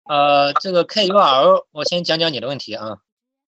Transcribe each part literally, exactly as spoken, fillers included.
呃，这个 K U R O，我先讲讲你的问题啊。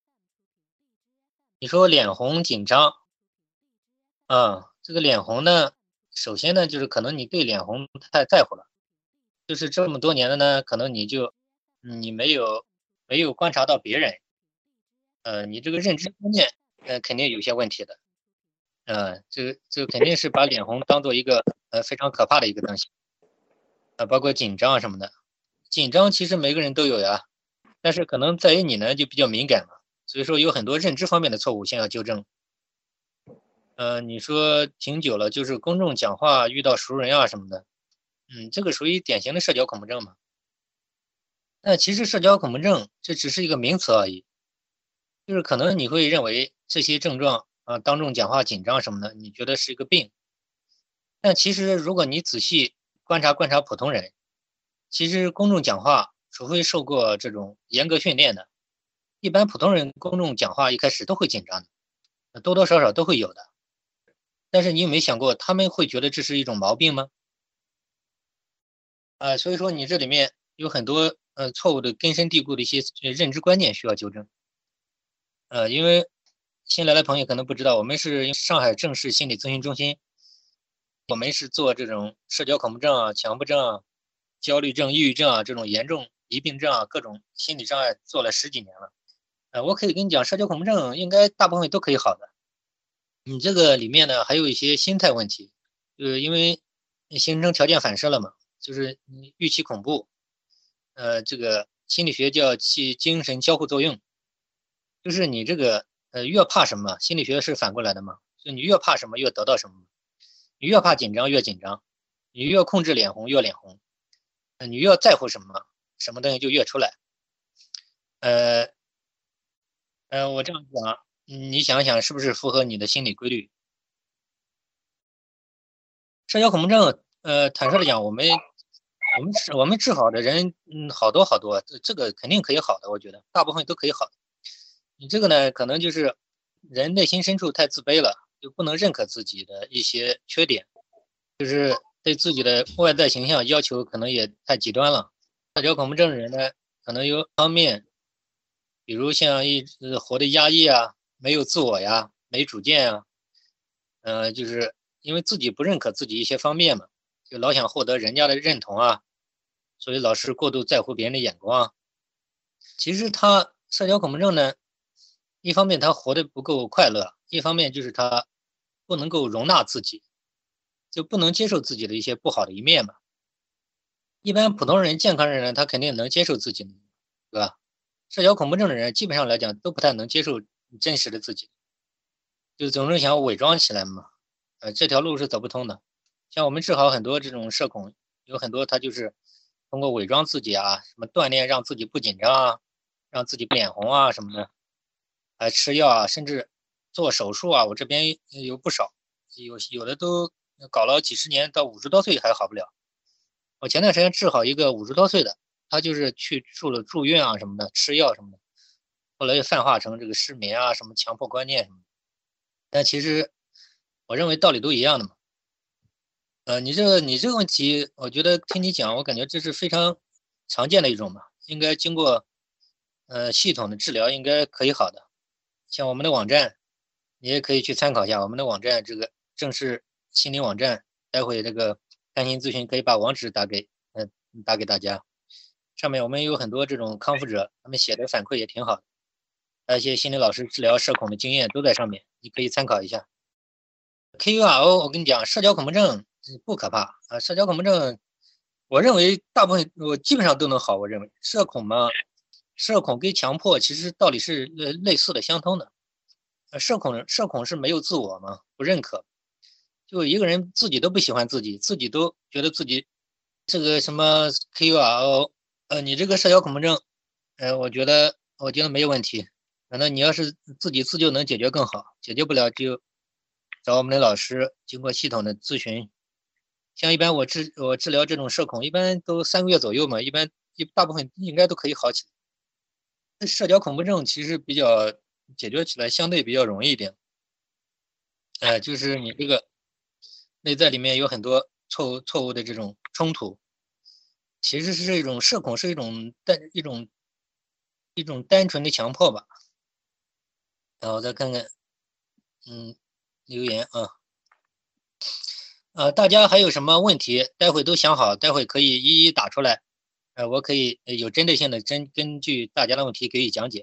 你说脸红紧张，啊，这个脸红呢，首先呢，就是可能你对脸红太在乎了，就是这么多年了呢，可能你就嗯你没有没有观察到别人，呃，你这个认知方面，呃，肯定有些问题的，呃，这个这个肯定是把脸红当做一个呃非常可怕的一个东西，呃，包括紧张啊什么的。紧张其实每个人都有呀，但是可能在于你呢就比较敏感嘛，所以说有很多认知方面的错误先要纠正。呃，你说挺久了，就是公众讲话遇到熟人啊什么的，嗯，这个属于典型的社交恐怖症嘛。那其实社交恐怖症这只是一个名词而已，就是可能你会认为这些症状啊，当众讲话紧张什么的，你觉得是一个病，但其实如果你仔细观察观察普通人，其实公众讲话，除非受过这种严格训练的，一般普通人公众讲话一开始都会紧张的，多多少少都会有的。但是你有没有想过，他们会觉得这是一种毛病吗？啊，所以说你这里面有很多呃错误的根深蒂固的一些呃认知观念需要纠正。呃，因为新来的朋友可能不知道，我们是上海正式心理咨询中心，我们是做这种社交恐怖症啊、强迫症啊、焦虑症、抑郁症啊这种严重疑病症啊，各种心理障碍做了十几年了。呃，我可以跟你讲，社交恐怖症应该大部分都可以好的。你这个里面呢，还有一些心态问题，就是因为形成条件反射了嘛，就是你预期恐怖，呃，这个心理学叫其精神交互作用，就是你这个呃越怕什么，心理学是反过来的嘛，就你越怕什么越得到什么，你越怕紧张越紧张，你越控制脸红越脸红，呃你越在乎什么，什么东西就越出来。呃呃，我这样讲，嗯你想想是不是符合你的心理规律？社交恐怖症，呃，坦率的讲，我们我们治我们治好的人，嗯，好多好多，这这个肯定可以好的，我觉得大部分都可以好的。你这个呢，可能就是人内心深处太自卑了，就不能认可自己的一些缺点，就是对自己的外在形象要求可能也太极端了。社交恐怖症的人呢，可能有方面，比如像一直活得压抑啊，没有自我呀，没主见啊，呃，就是因为自己不认可自己一些方面嘛，就老想获得人家的认同啊，所以老是过度在乎别人的眼光。其实他社交恐怖症呢，一方面他活得不够快乐，一方面就是他不能够容纳自己，就不能接受自己的一些不好的一面嘛。一般普通人、健康人呢，他肯定能接受自己，对吧？社交恐怖症的人基本上来讲都不太能接受真实的自己，就总是想伪装起来嘛。呃，这条路是走不通的。像我们治好很多这种社恐，有很多他就是通过伪装自己啊，什么锻炼让自己不紧张啊，让自己不脸红啊什么的，还吃药啊，甚至做手术啊，我这边有不少，有有的都搞了几十年，到五十多岁还好不了。我前段时间治好一个五十多岁的，他就是去住了住院啊什么的，吃药什么的，后来又泛化成这个失眠啊，什么强迫观念什么的。但其实我认为道理都一样的嘛。呃，你这个你这个问题，我觉得听你讲，我感觉这是非常常见的一种嘛，应该经过呃系统的治疗，应该可以好的。像我们的网站，你也可以去参考一下我们的网站，这个正式心理网站，待会这个担心咨询可以把网址打给呃打给大家。上面我们有很多这种康复者，他们写的反馈也挺好的，还有一些心理老师治疗社恐的经验都在上面，你可以参考一下。K U R O，我跟你讲，社交恐怖症不可怕啊，社交恐怖症，我认为大部分我基本上都能好。我认为社恐嘛，社恐跟强迫其实道理是类类似的、相通的。呃社恐社恐是没有自我嘛，不认可，就一个人自己都不喜欢自己，自己都觉得自己这个什么 K U R O，呃，你这个社交恐怖症，呃，我觉得我觉得没有问题。反正你要是自己自救能解决更好，解决不了就找我们的老师，经过系统的咨询。像一般我治我治疗这种社恐，一般都三个月左右嘛，一般一大部分应该都可以好起来。那社交恐怖症其实比较解决起来相对比较容易一点，呃，就是你这个内在里面有很多错误错误的这种冲突， 其实是这种社恐是一种单一种一种单纯的强迫吧。然后再看看，嗯，留言啊，呃，大家还有什么问题？待会都想好，待会可以一一打出来，呃，我可以有针对性的针根据大家的问题给予讲解。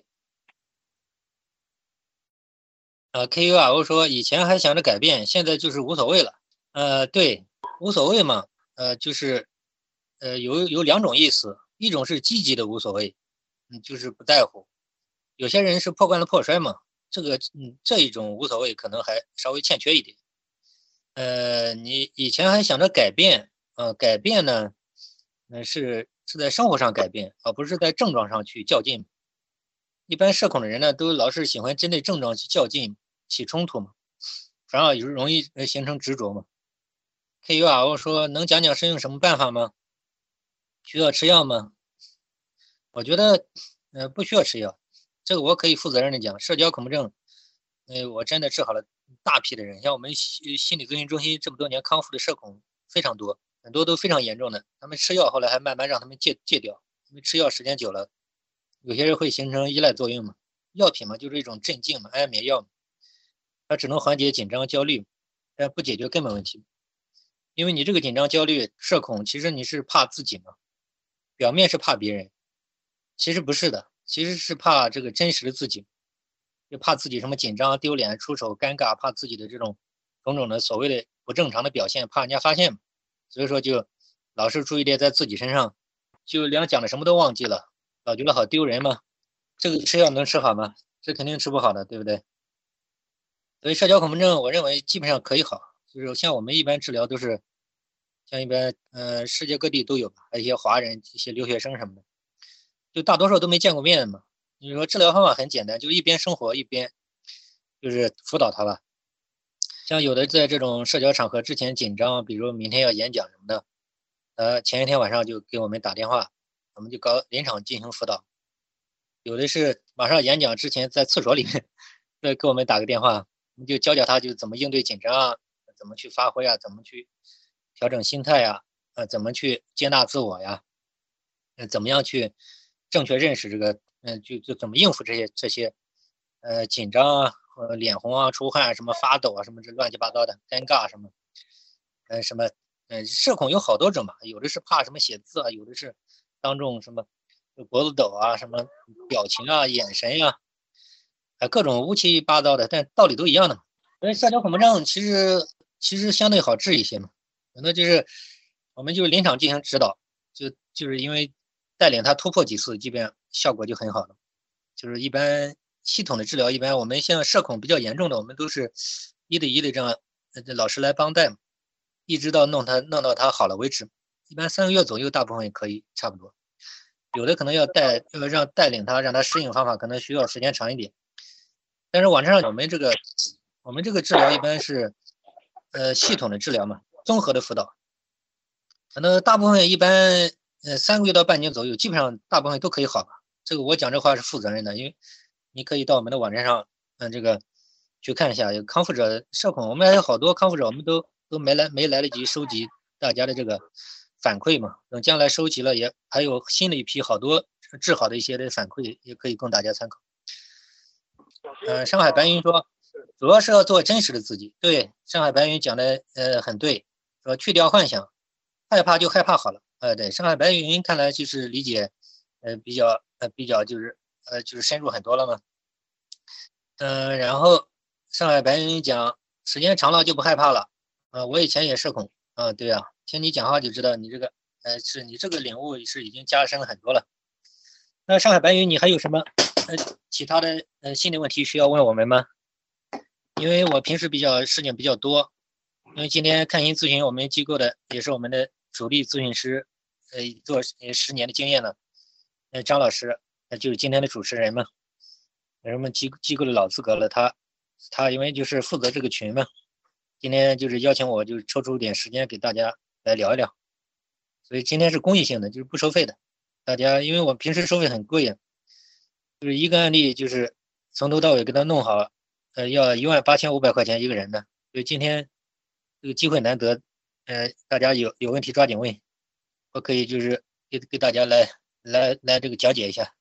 呃，K U R O 说以前还想着改变，现在就是无所谓了。呃，对，无所谓嘛，呃，就是，呃，有有两种意思，一种是积极的无所谓，嗯，就是不在乎。有些人是破罐子破摔嘛，这个，嗯，这一种无所谓可能还稍微欠缺一点。呃，你以前还想着改变，呃，改变呢，呃，是是在生活上改变，而不是在症状上去较劲。一般社恐的人呢，都老是喜欢针对症状去较劲、起冲突嘛，反而有容易呃形成执着嘛。K U R O 说能讲讲是用什么办法吗？需要吃药吗？我觉得，呃，不需要吃药，这个我可以负责任的讲，社交恐怖症，呃，我真的治好了大批的人，像我们心心理咨询中心这么多年康复的社恐非常多，很多都非常严重的，他们吃药后来还慢慢让他们戒戒掉，因为吃药时间久了，有些人会形成依赖作用嘛，药品嘛就是一种镇静嘛，安眠药嘛，它只能缓解紧张焦虑，但不解决根本问题，因为你这个紧张焦虑社恐，其实你是怕自己嘛，表面是怕别人。其实不是的，其实是怕这个真实的自己，就怕自己什么紧张、丢脸、出丑、尴尬，怕自己的这种种种的所谓的不正常的表现，怕人家发现嘛，所以说就老是注意力在自己身上，就连讲的什么都忘记了，老觉得好丢人嘛。这个吃药能吃好吗？这肯定吃不好的，对不对？所以社交恐怖症，我认为基本上可以好，就是像我们一般治疗都是，像一般呃世界各地都有吧，还有一些华人、一些留学生什么的。就大多数都没见过面嘛。你说治疗方法很简单，就一边生活一边就是辅导他吧。像有的在这种社交场合之前紧张，比如明天要演讲什么的，呃，前一天晚上就给我们打电话，我们就搞临场进行辅导。有的是马上演讲之前在厕所里面再给我们打个电话，我们就教教他就怎么应对紧张啊，怎么去发挥啊，怎么去调整心态呀，呃，怎么去接纳自我呀，呃，怎么样去正确认识这个，嗯，就就怎么应付这些这些，呃，紧张啊，呃，脸红啊，出汗什么发抖啊，什么这乱七八糟的，尴尬什么，呃，什么，呃，社恐有好多种嘛，有的是怕什么写字啊，有的是当众什么脖子抖啊，什么表情啊，眼神呀、啊，各种乌七八糟的，但道理都一样的嘛。所以社交恐怖症其实其实相对好治一些嘛，可能就是我们就临场进行指导，就就是因为带领他突破几次，基本上效果就很好了。就是一般系统的治疗，一般我们像社恐比较严重的，我们都是一对一的这样，呃老师来帮带嘛，一直到弄他弄到他好了为止。一般三个月左右，大部分也可以差不多。有的可能要带要让带领他，让他适应方法，可能需要时间长一点。但是网上我们这个我们这个治疗一般是呃系统的治疗嘛，综合的辅导，可能大部分一般呃三个月到半年左右，基本上大部分都可以好吧。这个我讲这话是负责任的，因为你可以到我们的网站上，嗯，这个去看一下，有康复者社恐，我们还有好多康复者，我们都都没来没来得及收集大家的这个反馈嘛，等将来收集了也还有新的一批好多治好的一些的反馈，也可以供大家参考。呃，上海白云说，主要是要做真实的自己。对，上海白云讲的呃很对，说去掉幻想，害怕就害怕好了。呃，对，上海白云看来就是理解，呃比较呃比较就是呃就是深入很多了嘛。嗯、呃，然后上海白云讲时间长了就不害怕了。呃，我以前也社恐。啊、对啊，听你讲话就知道你这个呃是你这个领悟是已经加深了很多了。那上海白云，你还有什么呃其他的呃新的问题需要问我们吗？因为我平时比较事情比较多，因为今天看心咨询我们机构的也是我们的主力咨询师，呃，做十年的经验了，呃，张老师，那就是今天的主持人嘛，也是我们机机构的老资格了，他他因为就是负责这个群嘛，今天就是邀请我，就抽出点时间给大家来聊一聊，所以今天是公益性的，就是不收费的，大家因为我平时收费很贵啊，就是一个案例就是从头到尾给他弄好，呃，要一万八千五百块钱一个人的。所以今天这个机会难得，呃，大家有有问题抓紧问，我可以就是给给大家来来来这个讲解一下。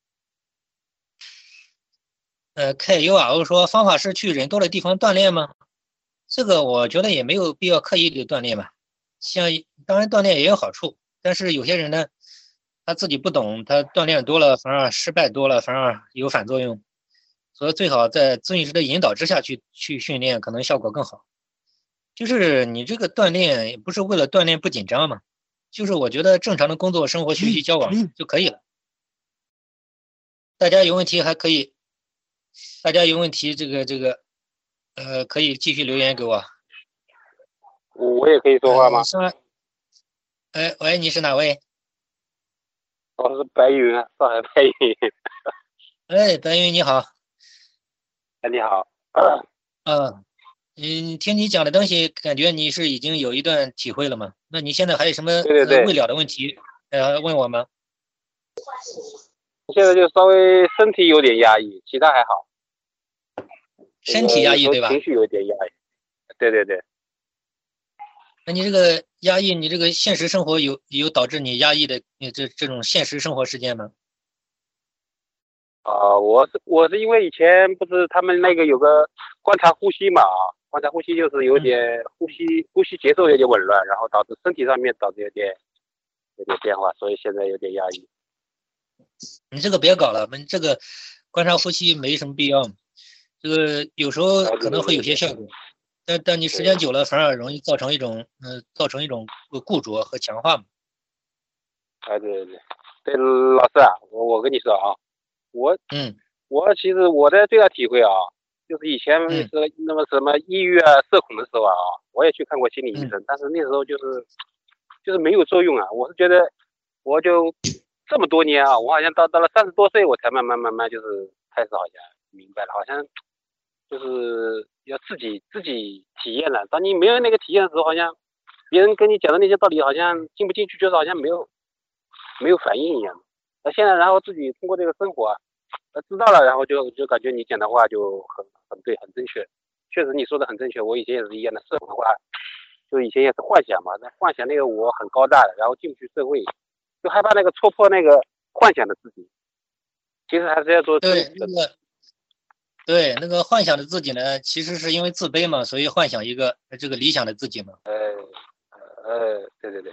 呃，K U R O 说方法是去人多的地方锻炼吗？这个我觉得也没有必要刻意的锻炼吧。像当然锻炼也有好处，但是有些人呢，他自己不懂，他锻炼多了反而失败多了，反而有反作用。所以最好在咨询师的引导之下去去训练，可能效果更好。就是你这个锻炼不是为了锻炼不紧张嘛？就是我觉得正常的工作、生活、学习、交往就可以了。大家有问题还可以，大家有问题这个这个，呃，可以继续留言给我。 我也可以说话吗？ 上，哎，喂，你是哪位？ 我是白云，上海白云。 哎，白云你好。 哎，你好。 嗯。嗯，听你讲的东西，感觉你是已经有一段体会了吗？那你现在还有什么对对对呃未了的问题，呃，问我吗？ 现在就稍微身体有点压抑，其他还好。 身体压抑对吧？ 情绪有点压抑。对对对。 那你这个压抑，你这个现实生活有有导致你压抑的这这种现实生活事件吗？ 啊、呃，我是我是因为以前不是他们那个有个观察呼吸嘛，观察呼吸就是有点呼吸、嗯、呼吸节奏有点紊乱，然后导致身体上面导致有点有点变化，所以现在有点压抑。 你这个别搞了，我们这个观察呼吸没什么必要，这个有时候可能会有些效果，但但你时间久了反而容易造成一种呃造成一种固着和强化嘛。 哎，对对对，对，老师啊，我我跟你说啊，我嗯， 我其实我的最大体会啊，就是以前是那么什么抑郁啊、社恐的时候啊，我也去看过心理医生， 嗯、 但是那时候就是就是没有作用啊。我是觉得，我就这么多年啊，我好像到到了三十多岁，我才慢慢慢慢就是开始好像明白了，好像就是要自己自己体验了。当你没有那个体验的时候，好像别人跟你讲的那些道理好像进不进去，就是好像没有没有反应一样。那现在然后自己通过这个生活啊，知道了，然后就就感觉你讲的话就很很对，很正确。确实你说的很正确，我以前也是一样的。社会的话，就以前也是幻想嘛，那幻想那个我很高大的，然后进不去社会，就害怕那个戳破那个幻想的自己。其实还是要做对那个，对那个幻想的自己呢，其实是因为自卑嘛，所以幻想一个这个理想的自己嘛。 呃呃，对对对。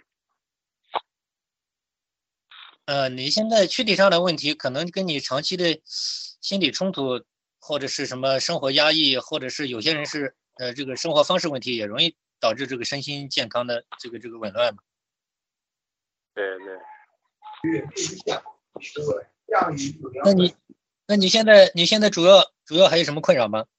呃，你现在躯体上的问题，可能跟你长期的心理冲突，或者是什么生活压抑，或者是有些人是呃这个生活方式问题，也容易导致这个身心健康的这个这个紊乱嘛。 对对。 那你那你现在你现在主要主要还有什么困扰吗？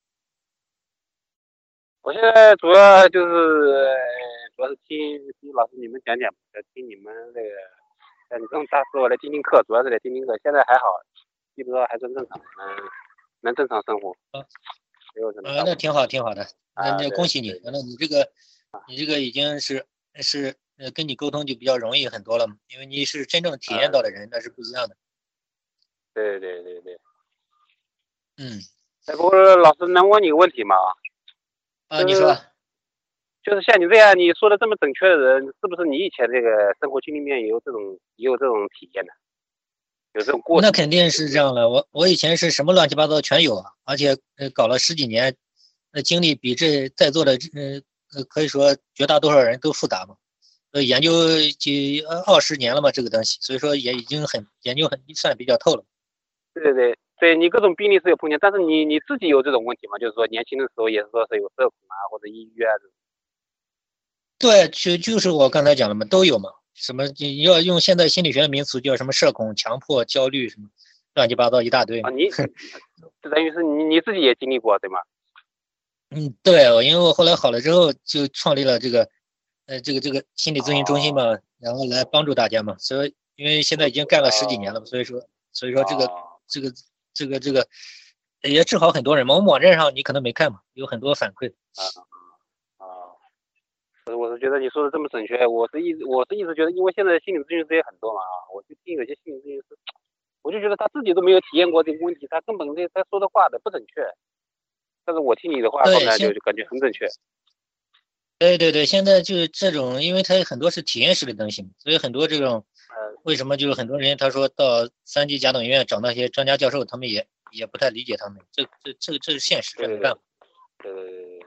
我现在主要就是主要是听听老师你们讲讲，听你们那个。你这种大师我来听听课，主要是来听听课。现在还好，基本上还算正常，能能正常生活。 啊， 没有什么。 呃，那挺好，挺好的。那那恭喜你， 啊、 那你这个你这个已经是是呃跟你沟通就比较容易很多了嘛，因为你是真正体验到的人，啊、那是不一样的。 对对对对。 嗯。 哎，不过老师能问你个问题吗？ 啊，你说。 就是像你这样你说的这么准确的人，是不是你以前这个生活经历面也有这种也有这种体验呢？有这种过程？ 那肯定是这样的。我我以前是什么乱七八糟全有啊，而且呃搞了十几年，那经历比这在座的呃呃可以说绝大多数人都复杂嘛。呃，研究就二十年了嘛，这个东西，所以说也已经很研究很算比较透了。 对对对对，你各种病例是有碰见，但是你你自己有这种问题吗？就是说年轻的时候也是说是有社恐啊或者抑郁啊这种。 对，就就是我刚才讲的嘛，都有嘛。什么你要用现在心理学的名词叫什么社恐、强迫、焦虑什么，乱七八糟一大堆。 啊，你这等于是你你自己也经历过对吗？ 嗯，对，因为我后来好了之后就创立了这个，呃，这个这个心理咨询中心嘛，哦、然后来帮助大家嘛。所以因为现在已经干了十几年了，所以说所以说这个、哦、这个这个这个也治好很多人嘛。我们网站上你可能没看嘛，有很多反馈。 啊啊。我是觉得你说的这么准确，我是一直我是一直觉得，因为现在心理咨询师也很多嘛啊，我就听有些心理咨询师，我就觉得他自己都没有体验过这个问题，他根本这他说的话的不准确，但是我听你的话后面就就感觉很准确。 对对对，现在就是这种，因为它很多是体验式的东西，所以很多这种为什么就是很多人他说到三级甲等医院找那些专家教授，他们也也不太理解他们，这这这这是现实，这没办法。 对对对。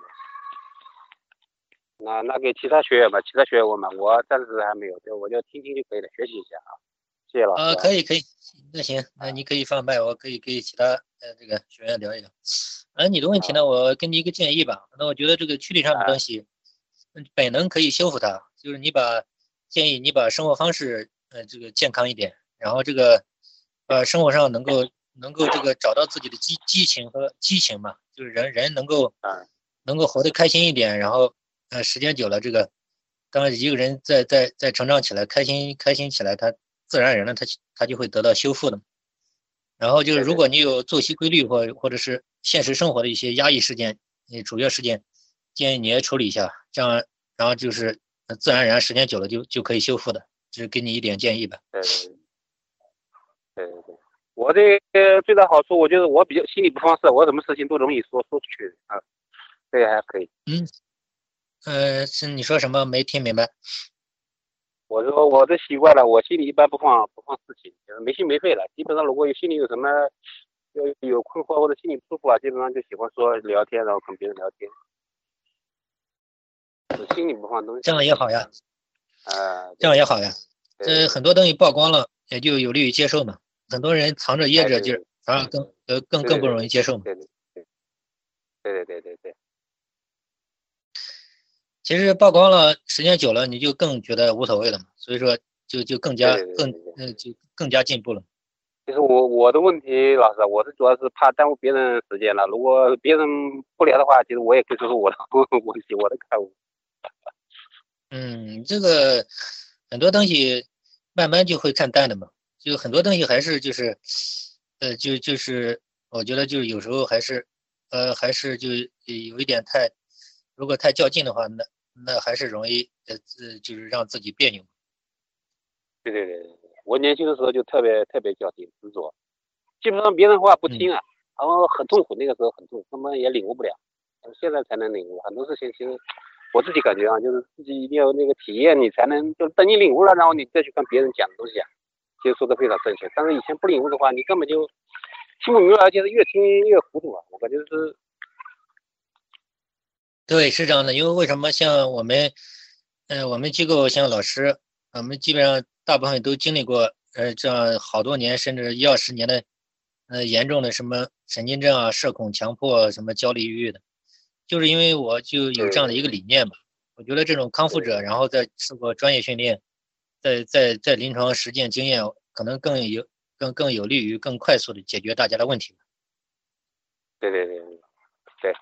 那那给其他学员吧，其他学员问嘛，我暂时还没有，就我就听听就可以了，学习一下啊。谢谢老师。 啊，可以可以，那行，那你可以放麦，我可以跟其他呃这个学员聊一聊。啊，你的问题呢，我给你一个建议吧。那我觉得这个躯体上的东西，本能可以修复它，就是你把建议你把生活方式呃这个健康一点，然后这个呃生活上能够能够这个找到自己的激激情和激情嘛，就是人人能够能够活得开心一点，然后呃时间久了，这个当一个人在在在成长起来，开心开心起来，他自然而然的他他就会得到修复的。然后就是如果你有作息规律或或者是现实生活的一些压抑事件，你主要事件，建议你也处理一下，这样然后就是自然而然时间久了就就可以修复的，只是给你一点建议吧。 对对对对，我这个最大好处，我就是我比较心里不放肆，我什么事情都容易说说出去啊，这个还可以。 嗯，呃，是你说什么没听明白？ 我说我这习惯了，我心里一般不放不放事情，就是没心没肺了。基本上如果有心里有什么有有困惑或者心里不舒服啊，基本上就喜欢说聊天，然后跟别人聊天。心里不放东西， 这样也好呀。 啊、呃， 这样也好呀。这很多东西曝光了，也就有利于接受嘛。很多人藏着掖着，就反而更呃更更不容易接受嘛。 对对对对对对对对。 其实曝光了，时间久了，你就更觉得无所谓了嘛。所以说，就就更加更呃就更加进步了。 其实我我的问题，老师，我是主要是怕耽误别人时间了。如果别人不聊的话，其实我也可以说说我的问题，我的感悟。 嗯，这个很多东西慢慢就会看淡的嘛。就很多东西还是就是，呃，就就是我觉得就是有时候还是，呃，还是就有一点太，如果太较劲的话，那那还是容易呃呃就是让自己别扭。 对对对对，我年轻的时候就特别特别较劲执着，基本上别人话不听啊，然后很痛苦，那个时候很痛苦，根本也领悟不了。现在才能领悟很多事情，其实我自己感觉啊，就是自己一定要有那个体验，你才能就等你领悟了，然后你再去跟别人讲的东西啊，其实说的非常正确。但是以前不领悟的话，你根本就听不明白，而且是越听越糊涂啊。我感觉是。 对，是这样的，因为为什么像我们，呃，我们机构像老师，我们基本上大部分都经历过，呃，这样好多年甚至一二十年的，呃，严重的什么神经症啊、社恐、强迫、什么焦虑、抑郁的，就是因为我就有这样的一个理念嘛。我觉得这种康复者，然后再受过专业训练，在在在临床实践经验，可能更有更更有利于更快速的解决大家的问题。 对对对对。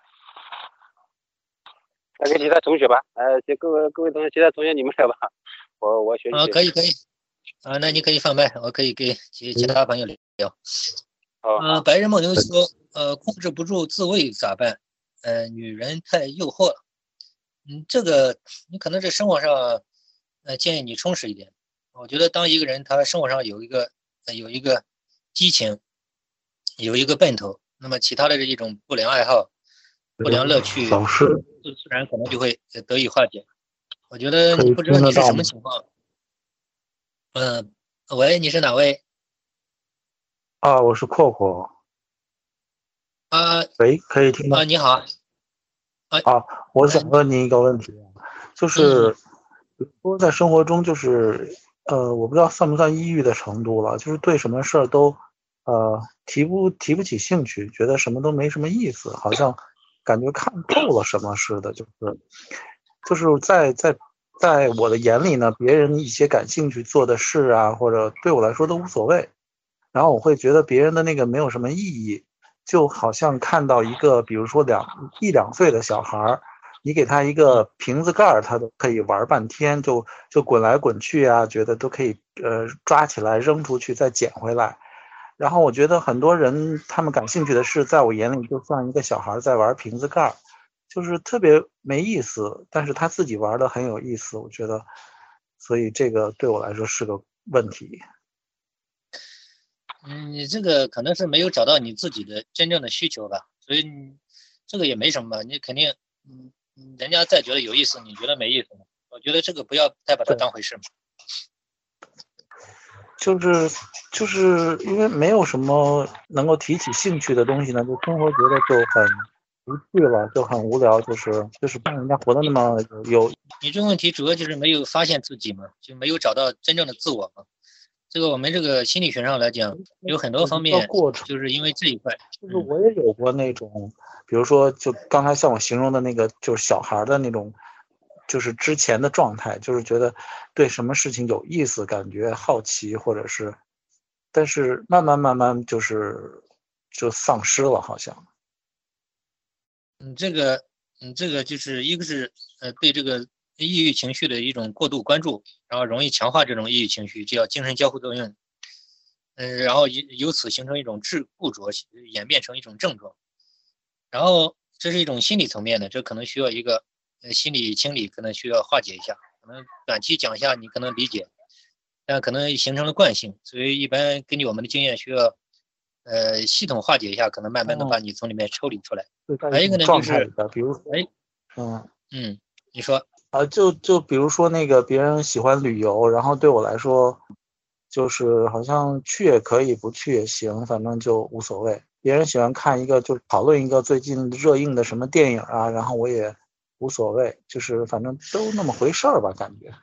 那给其他同学吧，呃，各位各位同学，其他同学你们来吧，我我学习。 啊，可以可以，啊，那你可以放麦，我可以给其其他朋友聊。呃，白日梦游说，呃，控制不住自慰咋办？呃，女人太诱惑了。嗯，这个你可能是生活上，呃，建议你充实一点。我觉得当一个人他生活上有一个呃有一个激情，有一个奔头，那么其他的这一种不良爱好、不良乐趣，自自然可能就会得以化解。我觉得你不知道你是什么情况。嗯、呃，喂，你是哪位？ 啊，我是阔阔。 啊， 喂，可以听到？ 啊，你好。啊， 啊，我想问您一个问题，就是，比如说在生活中，就是，呃，我不知道算不算抑郁的程度了，就是对什么事儿都，呃，提不提不起兴趣，觉得什么都没什么意思，好像感觉看透了什么似的，就是，就是在在在我的眼里呢，别人一些感兴趣做的事啊，或者对我来说都无所谓，然后我会觉得别人的那个没有什么意义。就好像看到一个，比如说两一两岁的小孩，你给他一个瓶子盖，他都可以玩半天，就就滚来滚去啊，觉得都可以呃抓起来扔出去再捡回来。然后我觉得很多人他们感兴趣的事，在我眼里就像一个小孩在玩瓶子盖，就是特别没意思，但是他自己玩的很有意思，我觉得，所以这个对我来说是个问题。 嗯，你这个可能是没有找到你自己的真正的需求吧，所以你这个也没什么，你肯定，嗯，人家再觉得有意思，你觉得没意思，我觉得这个不要太把它当回事嘛。 就是就是因为没有什么能够提起兴趣的东西呢，就生活觉得就很无趣了，就很无聊，就是就是让人家活得那么有。 你这个问题主要就是没有发现自己嘛，就没有找到真正的自我嘛。这个我们这个心理学上来讲，有很多方面，就是因为这一块。 就是我也有过那种，比如说就刚才像我形容的那个，就是小孩的那种，就是之前的状态，就是觉得对什么事情有意思，感觉好奇，或者是，但是慢慢慢慢就是就丧失了，好像。 嗯，这个，嗯，这个就是一个是呃对这个抑郁情绪的一种过度关注，然后容易强化这种抑郁情绪，就叫精神交互作用。嗯，然后由由此形成一种质固着，演变成一种症状。然后这是一种心理层面的，这可能需要一个呃心理清理，可能需要化解一下。可能短期讲一下你可能理解，但可能形成了惯性，所以一般根据我们的经验需要呃系统化解一下，可能慢慢能把你从里面抽离出来。还有一个呢就是， 比如说， 哎， 嗯嗯，你说啊，就就比如说那个别人喜欢旅游，然后对我来说，就是好像去也可以，不去也行，反正就无所谓。别人喜欢看一个，就讨论一个最近热映的什么电影啊，然后我也无所谓，就是反正都那么回事儿吧，感觉。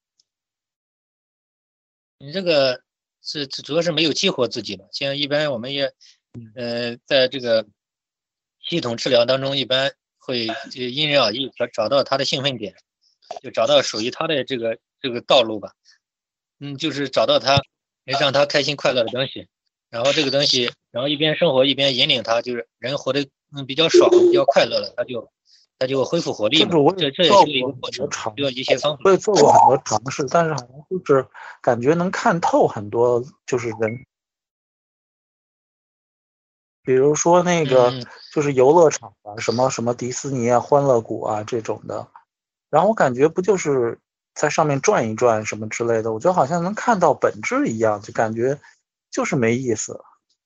你这个是主要是没有激活自己嘛？像一般我们也，呃，在这个系统治疗当中，一般会就因人而异，找找到他的兴奋点，就找到属于他的这个这个道路吧。嗯，就是找到他让他开心快乐的东西，然后这个东西，然后一边生活一边引领他，就是人活得嗯比较爽，比较快乐了，他就他就恢复活力嘛。这这也是一个过程，需要一些方法。 我也做过很多尝试，但是好像就是感觉能看透很多，就是人。比如说那个就是游乐场啊，什么什么迪士尼啊、欢乐谷啊这种的，然后我感觉不就是在上面转一转什么之类的，我觉得好像能看到本质一样，就感觉就是没意思。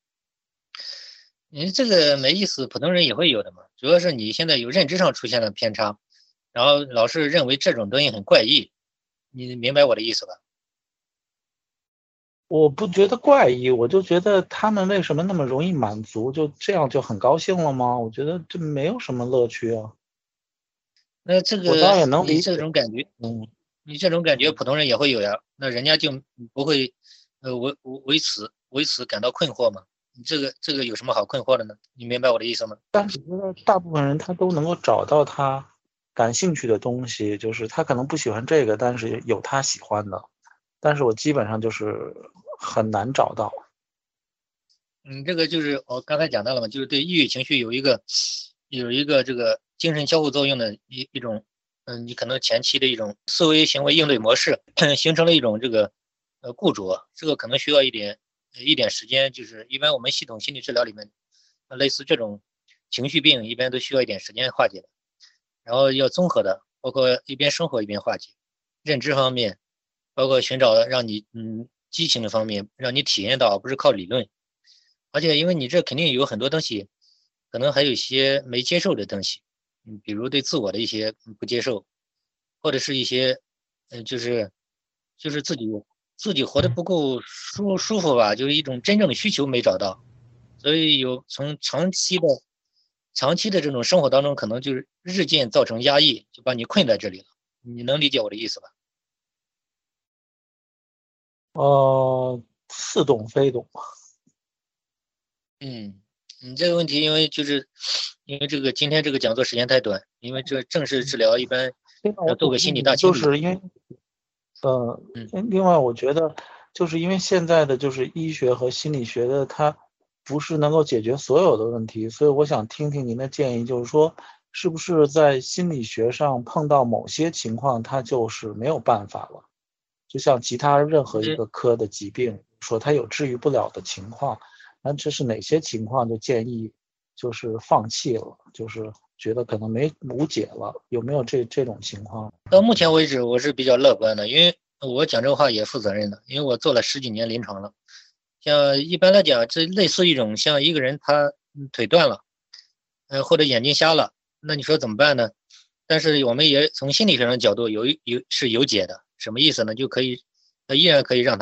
你这个没意思，普通人也会有的嘛。主要是你现在有认知上出现了偏差，然后老是认为这种东西很怪异，你明白我的意思吧？ 我不觉得怪异，我就觉得他们为什么那么容易满足，就这样就很高兴了吗？我觉得这没有什么乐趣啊。 那这个我倒也能理你解这种感觉， 嗯， 你这种感觉普通人也会有呀。那人家就不会，呃，为为此为此感到困惑吗？你这个这个有什么好困惑的呢？你明白我的意思吗？ 但是觉得大部分人他都能够找到他感兴趣的东西，就是他可能不喜欢这个，但是有他喜欢的。但是我基本上就是很难找到。 嗯，这个就是我刚才讲到了嘛，就是对抑郁情绪有一个有一个这个精神交互作用的一一种，嗯，你可能前期的一种思维行为应对模式，形成了一种这个呃固着，这个可能需要一点一点时间，就是一般我们系统心理治疗里面，类似这种情绪病一般都需要一点时间化解的，然后要综合的，包括一边生活一边化解，认知方面。包括寻找让你嗯激情的方面，让你体验到，不是靠理论。而且因为你这肯定有很多东西，可能还有一些没接受的东西，嗯，比如对自我的一些不接受，或者是一些嗯、呃、就是就是自己自己活得不够舒舒服吧，就是一种真正的需求没找到，所以有从长期的长期的这种生活当中，可能就是日渐造成压抑，就把你困在这里了。你能理解我的意思吧？ 呃，似懂非懂。 嗯，你这个问题，因为就是因为这个今天这个讲座时间太短，因为这正式治疗一般要做个心理大清理。 就是因为，呃，另外我觉得，就是因为现在的就是医学和心理学的，它不是能够解决所有的问题，所以我想听听您的建议，就是说，是不是在心理学上碰到某些情况，它就是没有办法了？就像其他任何一个科的疾病，说它有治愈不了的情况，那这是哪些情况就建议就是放弃了，就是觉得可能没无解了，有没有这这种情况？ 到目前为止，我是比较乐观的，因为我讲这话也负责任的，因为我做了十几年临床了。像一般来讲，这类似一种像一个人他腿断了，呃，或者眼睛瞎了，那你说怎么办呢？但是我们也从心理学上角度有有是有解的，什么意思呢？就可以，呃，依然可以让他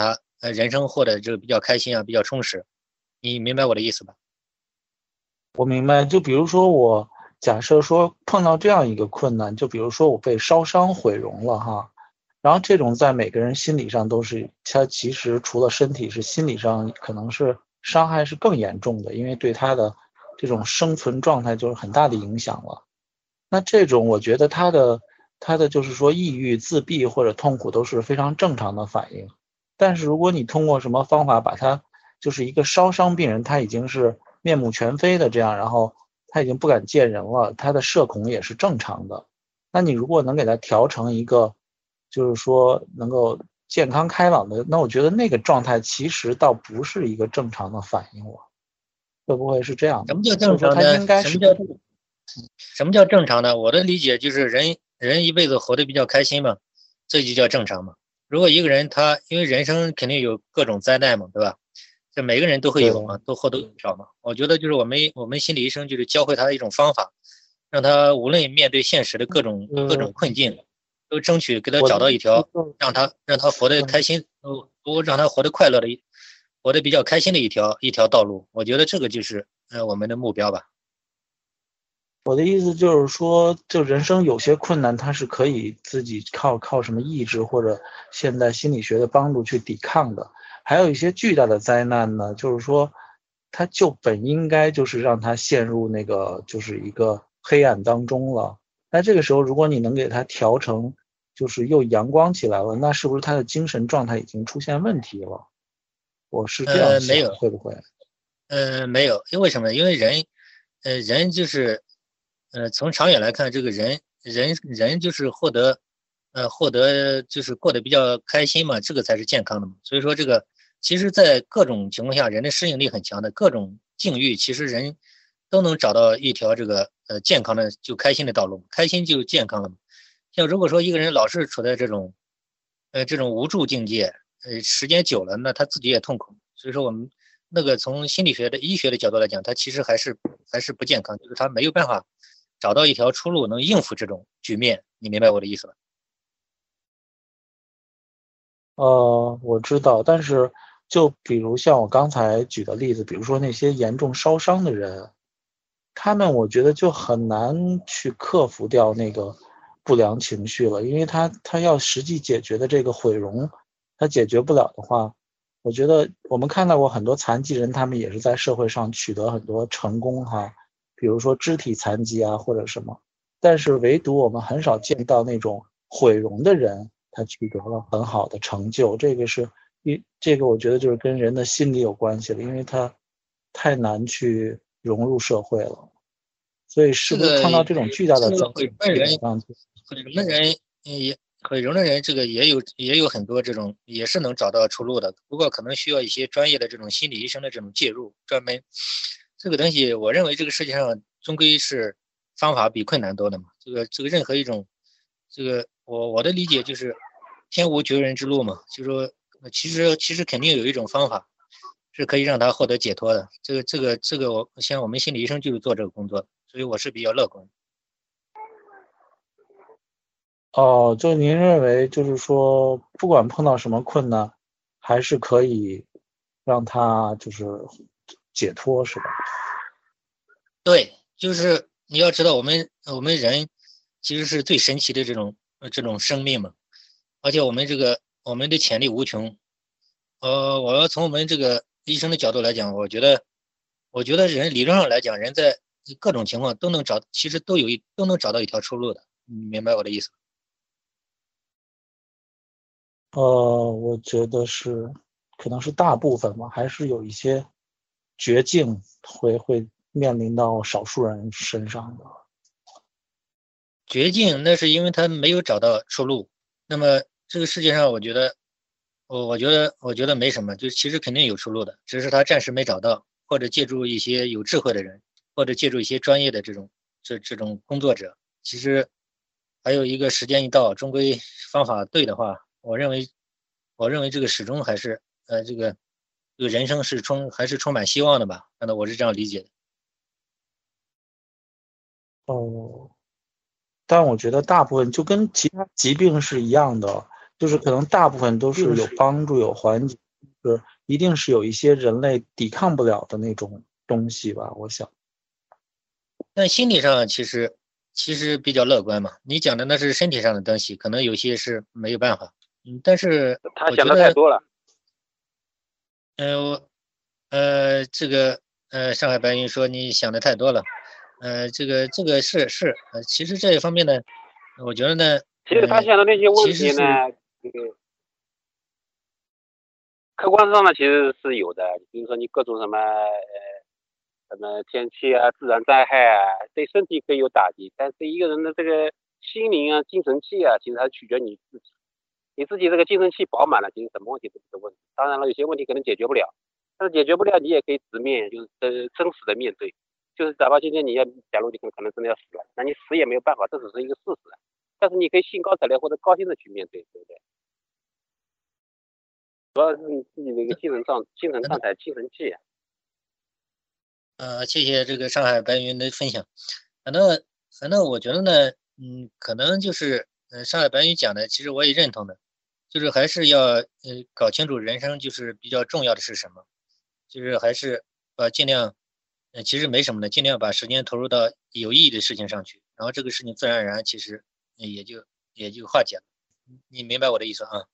呃人生获得这个比较开心啊，比较充实。你明白我的意思吧？ 我明白。就比如说我假设说碰到这样一个困难，就比如说我被烧伤毁容了哈，然后这种在每个人心理上都是，他其实除了身体是心理上可能是伤害是更严重的，因为对他的这种生存状态就是很大的影响了。那这种我觉得他的他的就是说抑郁、自闭或者痛苦都是非常正常的反应。但是如果你通过什么方法把他就是一个烧伤病人，他已经是面目全非的这样，然后他已经不敢见人了，他的社恐也是正常的。那你如果能给他调成一个就是说能够健康开朗的，那我觉得那个状态其实倒不是一个正常的反应了。会不会是这样的？ 什么叫就是说他正常呢？ 应该是什么叫什么叫正常呢？我的理解就是人人一辈子活得比较开心嘛，这就叫正常嘛。如果一个人他因为人生肯定有各种灾难嘛，对吧？这每个人都会有嘛，都或多或少嘛。我觉得就是我们我们心理医生就是教会他一种方法，让他无论面对现实的各种各种困境，都争取给他找到一条让他让他活得开心，都都让他活得快乐的，活得比较开心的一条一条道路。我觉得这个就是呃我们的目标吧。 我的意思就是说，就人生有些困难，它是可以自己靠靠什么意志或者现代心理学的帮助去抵抗的。还有一些巨大的灾难呢，就是说，它就本应该就是让他陷入那个就是一个黑暗当中了。那这个时候，如果你能给他调成就是又阳光起来了，那是不是他的精神状态已经出现问题了？我是这样呃，没想， 有， 会不会？ 呃，没有，因为什么？因为人，呃，人就是，呃，从长远来看，这个人，人，人就是获得，呃，获得就是过得比较开心嘛，这个才是健康的嘛。所以说，这个其实，在各种情况下，人的适应力很强的，各种境遇，其实人都能找到一条这个呃健康的就开心的道路，开心就健康了嘛。像如果说一个人老是处在这种，呃，这种无助境界，呃，时间久了，那他自己也痛苦。所以说，我们那个从心理学的医学的角度来讲，他其实还是还是不健康，就是他没有办法找到一条出路能应付这种局面。你明白我的意思吧？ 呃，我知道，但是就比如像我刚才举的例子，比如说那些严重烧伤的人，他们我觉得就很难去克服掉那个不良情绪了，因为他他要实际解决的这个毁容，他解决不了的话，我觉得我们看到过很多残疾人，他们也是在社会上取得很多成功哈，比如说肢体残疾啊或者什么，但是唯独我们很少见到那种毁容的人，他取得了很好的成就，这个是一这个我觉得就是跟人的心理有关系了，因为他太难去融入社会了，所以是不是这个碰到这种巨大的灾这个毁容的人， 难， 毁容的人也毁容的人，这个也有也有很多这种也是能找到出路的，不过可能需要一些专业的这种心理医生的这种介入，专门这个东西，我认为这个世界上终归是方法比困难多的嘛。这个这个任何一种，这个我我的理解就是天无绝人之路嘛，就是说其实其实肯定有一种方法是可以让他获得解脱的。这个这个这个我像我们心理医生就是做这个工作的，所以我是比较乐观。 哦，就您认为就是说，不管碰到什么困难，还是可以让他就是解脱，是吧？ 对，就是你要知道，我们我们人其实是最神奇的这种呃这种生命嘛，而且我们这个我们的潜力无穷。呃，我要从我们这个医生的角度来讲，我觉得我觉得人理论上来讲，人在各种情况都能找，其实都有一都能找到一条出路的。你明白我的意思？ 呃，我觉得是，可能是大部分吧，还是有一些绝境会会面临到少数人身上的。 绝境那是因为他没有找到出路。那么这个世界上，我觉得，我我觉得我觉得没什么，就其实肯定有出路的，只是他暂时没找到，或者借助一些有智慧的人，或者借助一些专业的这种这这种工作者。其实还有一个时间一到，终归方法对的话，我认为我认为这个始终还是呃这个这个人生是充还是充满希望的吧？那我是这样理解的。 哦，但我觉得大部分就跟其他疾病是一样的，就是可能大部分都是有帮助、有缓解， 就是一定是有一些人类抵抗不了的那种东西吧，我想。 但心理上其实其实比较乐观嘛。你讲的那是身体上的东西，可能有些是没有办法。嗯，但是他想我觉得， 的太多了。 呃，我呃，这个呃，上海白云说你想的太多了。呃，这个这个是是，呃，其实这一方面呢，我觉得呢， 其实他呃， 想的那些问题呢， 其实是这个客观上呢其实是有的，比如说你各种什么呃什么天气啊、自然灾害啊，对身体可以有打击，但是一个人的这个心灵啊、精神气啊，其实还取决于你自己。你自己这个精神气饱满了，其实什么问题都不是问题。当然了，有些问题可能解决不了，但是解决不了，你也可以直面，就是呃真实的面对。就是哪怕今天你要，假如你可能可能真的要死了，那你死也没有办法，这只是一个事实。但是你可以兴高采烈或者高兴的去面对，对不对？主要是你自己的一个精神状、精神状态、精神气啊。 呃，谢谢这个上海白云的分享。反正反正我觉得呢，嗯，可能就是呃上海白云讲的，其实我也认同的，就是还是要呃搞清楚人生就是比较重要的是什么，就是还是呃尽量，呃其实没什么的，尽量把时间投入到有意义的事情上去，然后这个事情自然而然其实呃也就也就化解了。你明白我的意思啊？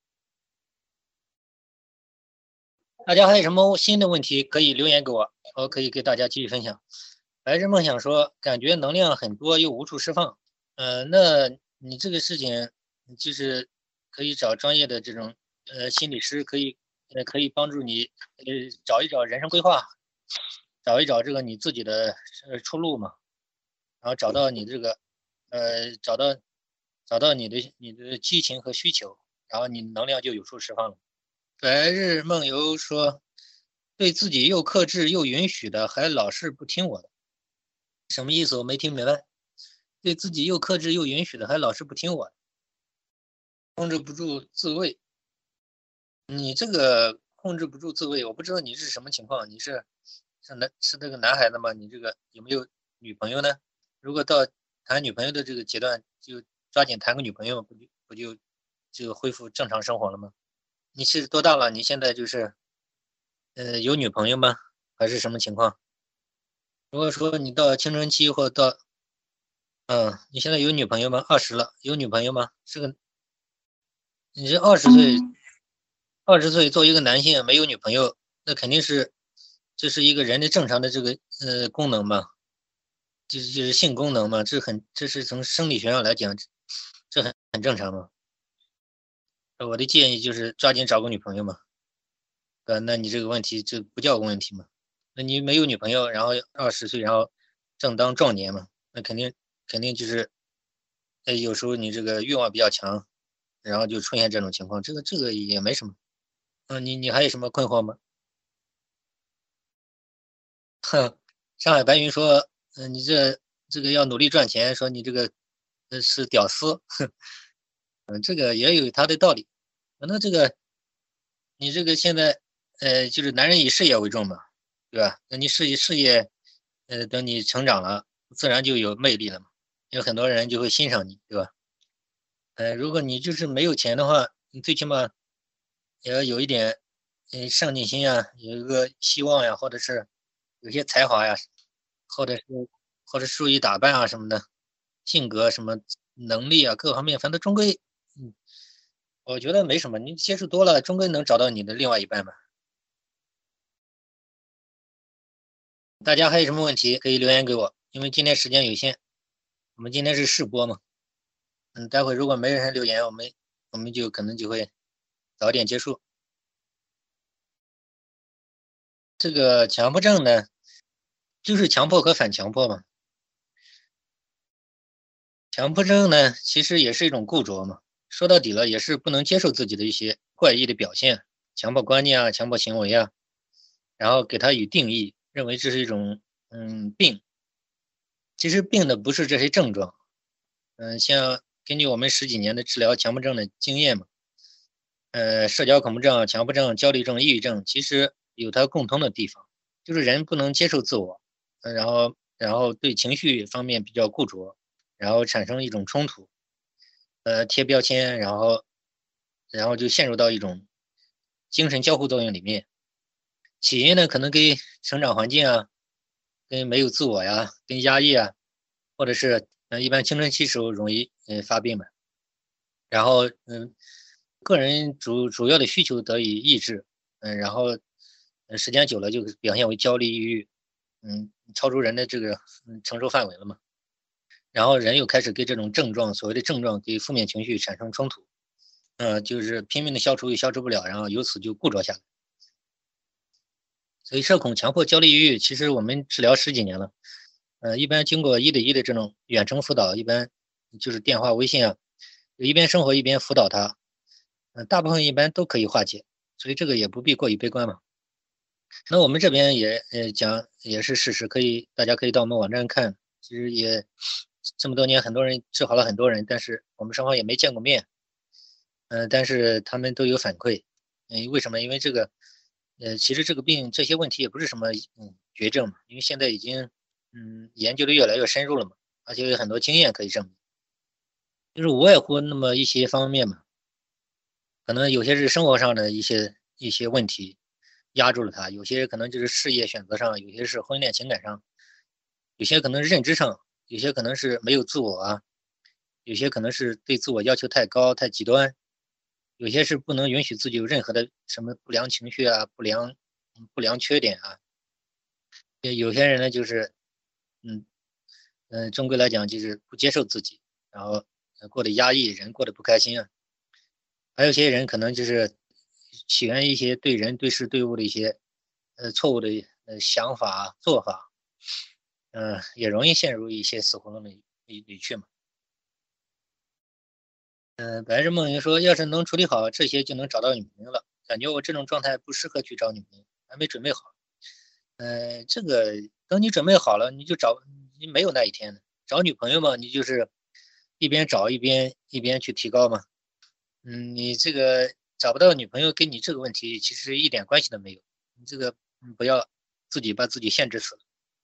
大家还有什么新的问题可以留言给我，我可以给大家继续分享。白日梦想说，感觉能量很多又无处释放。呃，那你这个事情就是可以找专业的这种呃心理师，可以呃可以帮助你呃找一找人生规划，找一找这个你自己的呃出路嘛，然后找到你这个呃找到找到你的你的激情和需求，然后你能量就有处释放了。白日梦游说，对自己又克制又允许的，还老是不听我的，什么意思？我没听明白。对自己又克制又允许的，还老是不听我的，控制不住自卫。你这个控制不住自卫，我不知道你是什么情况。你是是男是那个男孩子吗？你这个有没有女朋友呢？如果到谈女朋友的这个阶段，就抓紧谈个女朋友，不就不就就恢复正常生活了吗？你是多大了？你现在就是呃有女朋友吗？还是什么情况？如果说你到青春期或到嗯，你现在有女朋友吗？二十了，有女朋友吗？是个你这二十岁，二十岁作为一个男性没有女朋友，那肯定是这是一个人的正常的这个呃功能嘛，就是就是性功能嘛，这很这是从生理学上来讲，这很很正常嘛。我的建议就是抓紧找个女朋友嘛，呃，那你这个问题这不叫个问题嘛？那你没有女朋友，然后二十岁，然后正当壮年嘛，那肯定肯定就是，呃，有时候你这个欲望比较强，然后就出现这种情况，这个这个也没什么。嗯，你你还有什么困惑吗？哼，上海白云说，嗯、你这这个要努力赚钱，说你这个呃是屌丝，嗯，这个也有他的道理。那这个你这个现在呃就是男人以事业为重嘛，对吧？那你事业事业，呃，等你成长了，自然就有魅力了嘛，有很多人就会欣赏你，对吧？呃，如果你就是没有钱的话，你最起码也要有一点，呃，上进心呀，有一个希望呀，或者是有些才华呀，或者是或者注意打扮啊什么的，性格什么能力啊，各方面，反正终归，嗯，我觉得没什么，你接触多了，终归能找到你的另外一半嘛。大家还有什么问题可以留言给我，因为今天时间有限，我们今天是试播嘛，嗯，待会如果没人留言，我们我们就可能就会早点结束。这个强迫症呢，就是强迫和反强迫嘛。强迫症呢，其实也是一种固着嘛。说到底了，也是不能接受自己的一些怪异的表现、强迫观念啊、强迫行为啊，然后给它以定义，认为这是一种嗯病。其实病的不是这些症状，嗯，像根据我们十几年的治疗强迫症的经验嘛，呃，社交恐怖症、强迫症、焦虑症、抑郁症，其实有它共通的地方，就是人不能接受自我，呃然后然后对情绪方面比较固着，然后产生一种冲突，呃，贴标签，然后然后就陷入到一种精神交互作用里面，起因呢可能跟成长环境啊，跟没有自我呀，跟压抑啊，或者是呃一般青春期时候容易嗯发病嘛，然后嗯个人主主要的需求得以抑制，嗯然后呃时间久了就表现为焦虑抑郁，嗯超出人的这个嗯承受范围了嘛，然后人又开始跟这种症状所谓的症状跟负面情绪产生冲突，呃就是拼命的消除又消除不了，然后由此就固着下来。所以社恐、强迫、焦虑、抑郁，其实我们治疗十几年了，呃，一般经过一对一的这种远程辅导，一般就是电话、微信啊，一边生活一边辅导他，嗯、呃，大部分一般都可以化解，所以这个也不必过于悲观嘛。那我们这边也呃讲也是事实，可以大家可以到我们网站看，其实也这么多年很多人治好了很多人，但是我们双方也没见过面，嗯、呃，但是他们都有反馈，嗯、呃，为什么？因为这个。呃，其实这个病这些问题也不是什么嗯绝症嘛，因为现在已经嗯研究的越来越深入了嘛，而且有很多经验可以证明，就是无外乎那么一些方面嘛，可能有些是生活上的一些一些问题压住了他，有些可能就是事业选择上，有些是婚恋情感上，有些可能是认知上，有些可能是没有自我啊，有些可能是对自我要求太高太极端。有些是不能允许自己有任何的什么不良情绪啊、不良不良缺点啊。有些人呢，就是嗯嗯、呃，终归来讲就是不接受自己，然后过得压抑，人过得不开心啊。还有些人可能就是起源于一些对人对事对物的一些呃错误的呃想法做法，嗯、呃，也容易陷入一些死胡同里里里去嘛。嗯，白日梦云说，要是能处理好这些，就能找到女朋友了。感觉我这种状态不适合去找女朋友，还没准备好。呃，这个等你准备好了，你就找，你没有那一天的。找女朋友嘛，你就是一边找一边一边去提高嘛。嗯，你这个找不到女朋友跟你这个问题其实一点关系都没有。你这个嗯不要自己把自己限制死了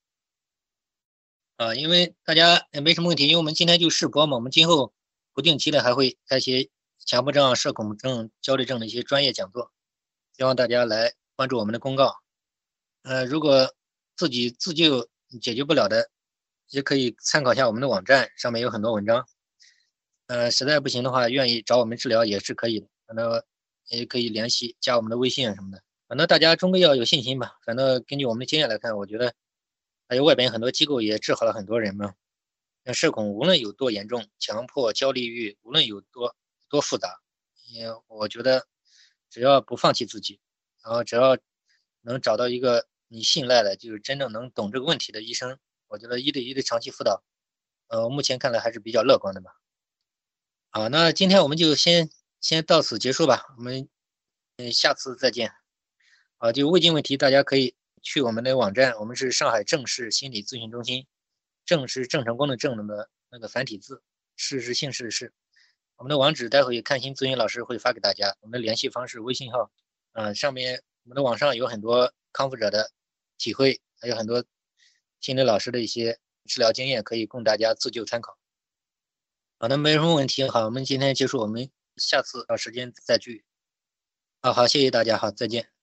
啊，因为大家也没什么问题，因为我们今天就试播嘛，我们今后不定期的还会开一些强迫症、社恐症、焦虑症的一些专业讲座，希望大家来关注我们的公告。呃，如果自己自救解决不了的，也可以参考一下我们的网站，上面有很多文章。呃，实在不行的话，愿意找我们治疗也是可以的，反正也可以联系加我们的微信啊什么的。反正大家终归要有信心吧。反正根据我们的经验来看，我觉得还有外边很多机构也治好了很多人嘛。那社恐无论有多严重，强迫、焦虑欲无论有多多复杂，也我觉得只要不放弃自己，然后只要能找到一个你信赖的，就是真正能懂这个问题的医生，我觉得一对一的长期辅导，呃，目前看来还是比较乐观的吧。好，那今天我们就先先到此结束吧，我们嗯下次再见。啊，就胃镜问题，大家可以去我们的网站，我们是上海正视心理咨询中心，正是郑成功的正的那个繁体字，是是姓氏是。我们的网址待会看心咨询老师会发给大家，我们的联系方式微信号，嗯、呃，上面我们的网上有很多康复者的体会，还有很多心理老师的一些治疗经验，可以供大家自救参考。好，那没什么问题，好，我们今天结束，我们下次找时间再聚。好好，谢谢大家，好，再见。